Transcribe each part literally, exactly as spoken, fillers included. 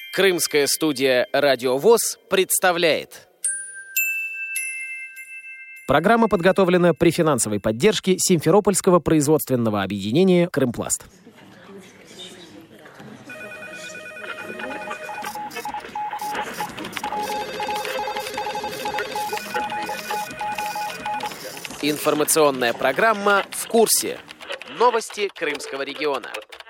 Крымская студия «Радио ВОС» представляет. Программа подготовлена при финансовой поддержке Симферопольского производственного объединения «Крымпласт». Информационная программа «В курсе». Новости Крымского региона.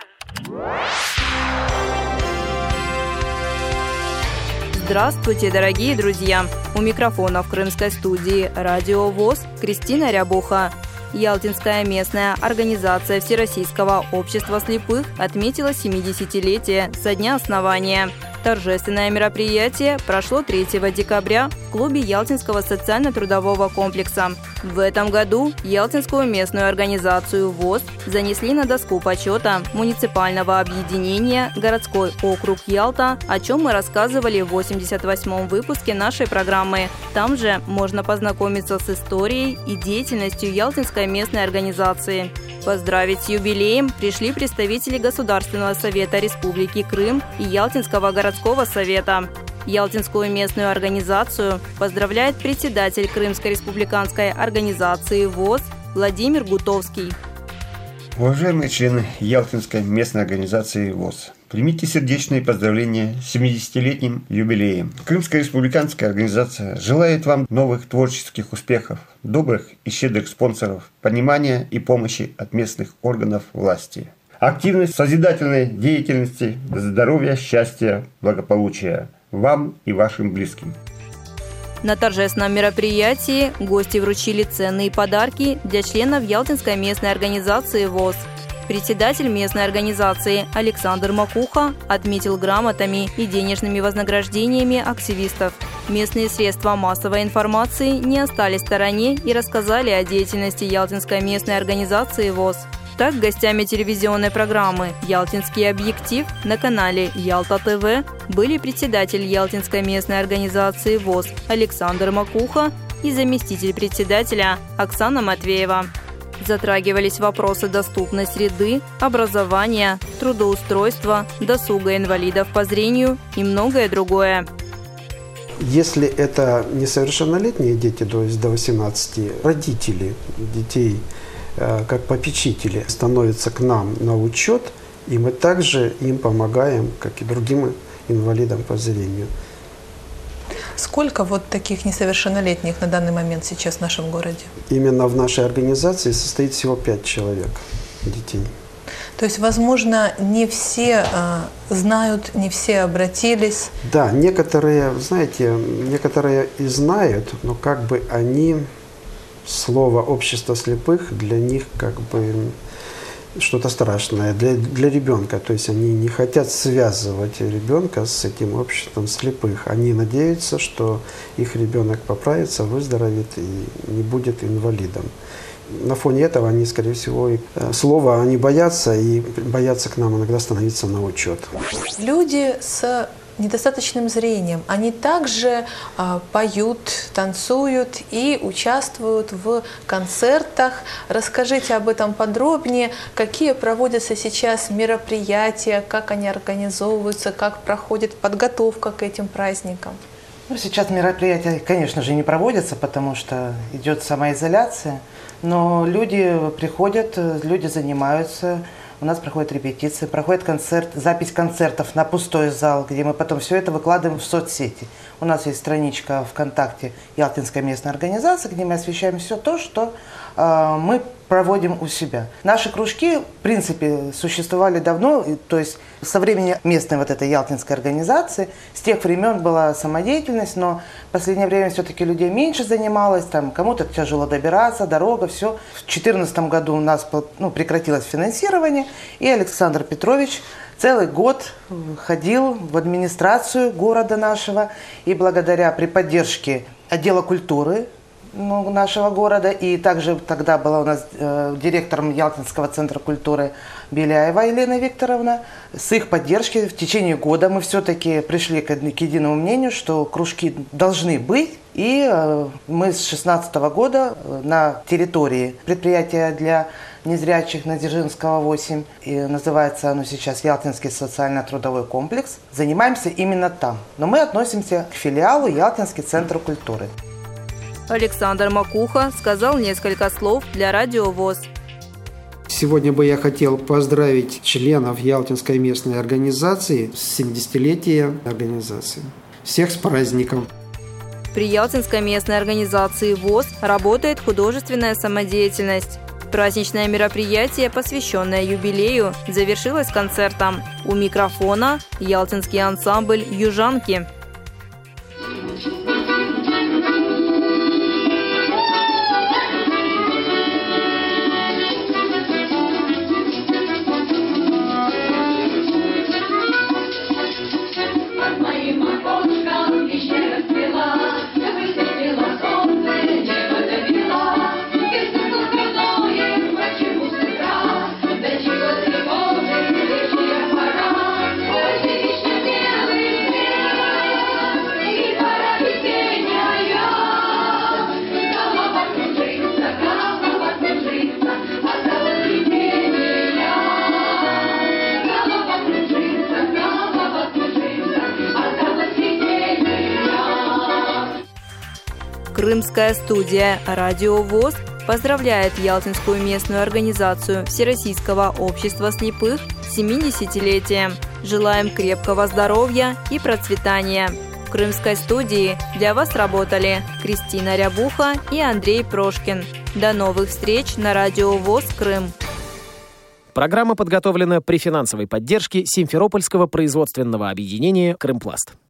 Здравствуйте, дорогие друзья! У микрофона в крымской студии «Радио ВОС» Кристина Рябуха. Ялтинская местная организация Всероссийского общества слепых отметила семидесятилетие со дня основания. Торжественное мероприятие прошло третьего декабря в клубе Ялтинского социально-трудового комплекса. В этом году Ялтинскую местную организацию ВОС занесли на доску почета муниципального объединения «Городской округ Ялта», о чем мы рассказывали в восемьдесят восьмом выпуске нашей программы. Там же можно познакомиться с историей и деятельностью Ялтинской местной организации. Поздравить с юбилеем пришли представители Государственного совета Республики Крым и Ялтинского городского совета. Ялтинскую местную организацию поздравляет председатель Крымской республиканской организации ВОС Владимир Гутовский. Уважаемые члены Ялтинской местной организации ВОС, примите сердечные поздравления с семидесятилетним юбилеем. Крымская республиканская организация желает вам новых творческих успехов, добрых и щедрых спонсоров, понимания и помощи от местных органов власти. Активность созидательной деятельности, здоровья, счастья, благополучия вам и вашим близким. На торжественном мероприятии гости вручили ценные подарки для членов Ялтинской местной организации ВОС. Председатель местной организации Александр Макуха отметил грамотами и денежными вознаграждениями активистов. Местные средства массовой информации не остались в стороне и рассказали о деятельности Ялтинской местной организации ВОС. Так, гостями телевизионной программы «Ялтинский объектив» на канале Ялта ТВ были председатель Ялтинской местной организации ВОС Александр Макуха и заместитель председателя Оксана Матвеева. Затрагивались вопросы доступной среды, образования, трудоустройства, досуга инвалидов по зрению и многое другое. Если это несовершеннолетние дети, то есть до восемнадцати, родители детей, как попечители, становятся к нам на учет, и мы также им помогаем, как и другим инвалидам по зрению. Сколько вот таких несовершеннолетних на данный момент сейчас в нашем городе? Именно в нашей организации состоит всего пять человек, детей. То есть, возможно, не все э, знают, не все обратились? Да, некоторые, знаете, некоторые и знают, но как бы они... Слово «общество слепых» для них как бы что-то страшное, для, для ребенка. То есть они не хотят связывать ребенка с этим обществом слепых. Они надеются, что их ребенок поправится, выздоровеет и не будет инвалидом. На фоне этого они, скорее всего, и, э, слова они боятся и боятся к нам иногда становиться на учет. Люди с недостаточным зрением, они также а, поют, танцуют и участвуют в концертах. Расскажите об этом подробнее, какие проводятся сейчас мероприятия, как они организовываются, как проходит подготовка к этим праздникам. Ну, сейчас мероприятия, конечно же, не проводятся, потому что идет самоизоляция, но люди приходят, люди занимаются. У нас проходят репетиции, проходит концерт, запись концертов на пустой зал, где мы потом все это выкладываем в соцсети. У нас есть страничка ВКонтакте Ялтинской местной организации, где мы освещаем все то, что э, мы проводим у себя. Наши кружки, в принципе, существовали давно, то есть со времени местной вот этой Ялтинской организации, с тех времен была самодеятельность, но в последнее время все-таки людей меньше занималось, там кому-то тяжело добираться, дорога, все. В две тысячи четырнадцатом году у нас ну, прекратилось финансирование, и Александр Петрович целый год ходил в администрацию города нашего, и благодаря при поддержке отдела культуры ну, нашего города. И также тогда была у нас э, директором Ялтинского центра культуры Беляева Елена Викторовна. С их поддержки в течение года мы все-таки пришли к, к единому мнению, что кружки должны быть. И э, мы с две тысячи шестнадцатого года на территории предприятия для незрячих на Дзержинского восемь, и называется оно сейчас Ялтинский социально-трудовой комплекс, занимаемся именно там. Но мы относимся к филиалу Ялтинский центр культуры. Александр Макуха сказал несколько слов для Радио ВОС. Сегодня бы я хотел поздравить членов Ялтинской местной организации с семидесятилетием организации. Всех с праздником! При Ялтинской местной организации ВОС работает художественная самодеятельность. Праздничное мероприятие, посвященное юбилею, завершилось концертом. У микрофона ялтинский ансамбль «Южанки». Крымская студия «Радио ВОС» поздравляет Ялтинскую местную организацию Всероссийского общества слепых с семидесятилетием. Желаем крепкого здоровья и процветания. В Крымской студии для вас работали Кристина Рябуха и Андрей Прошкин. До новых встреч на Радио ВОС Крым. Программа подготовлена при финансовой поддержке Симферопольского производственного объединения «Крымпласт».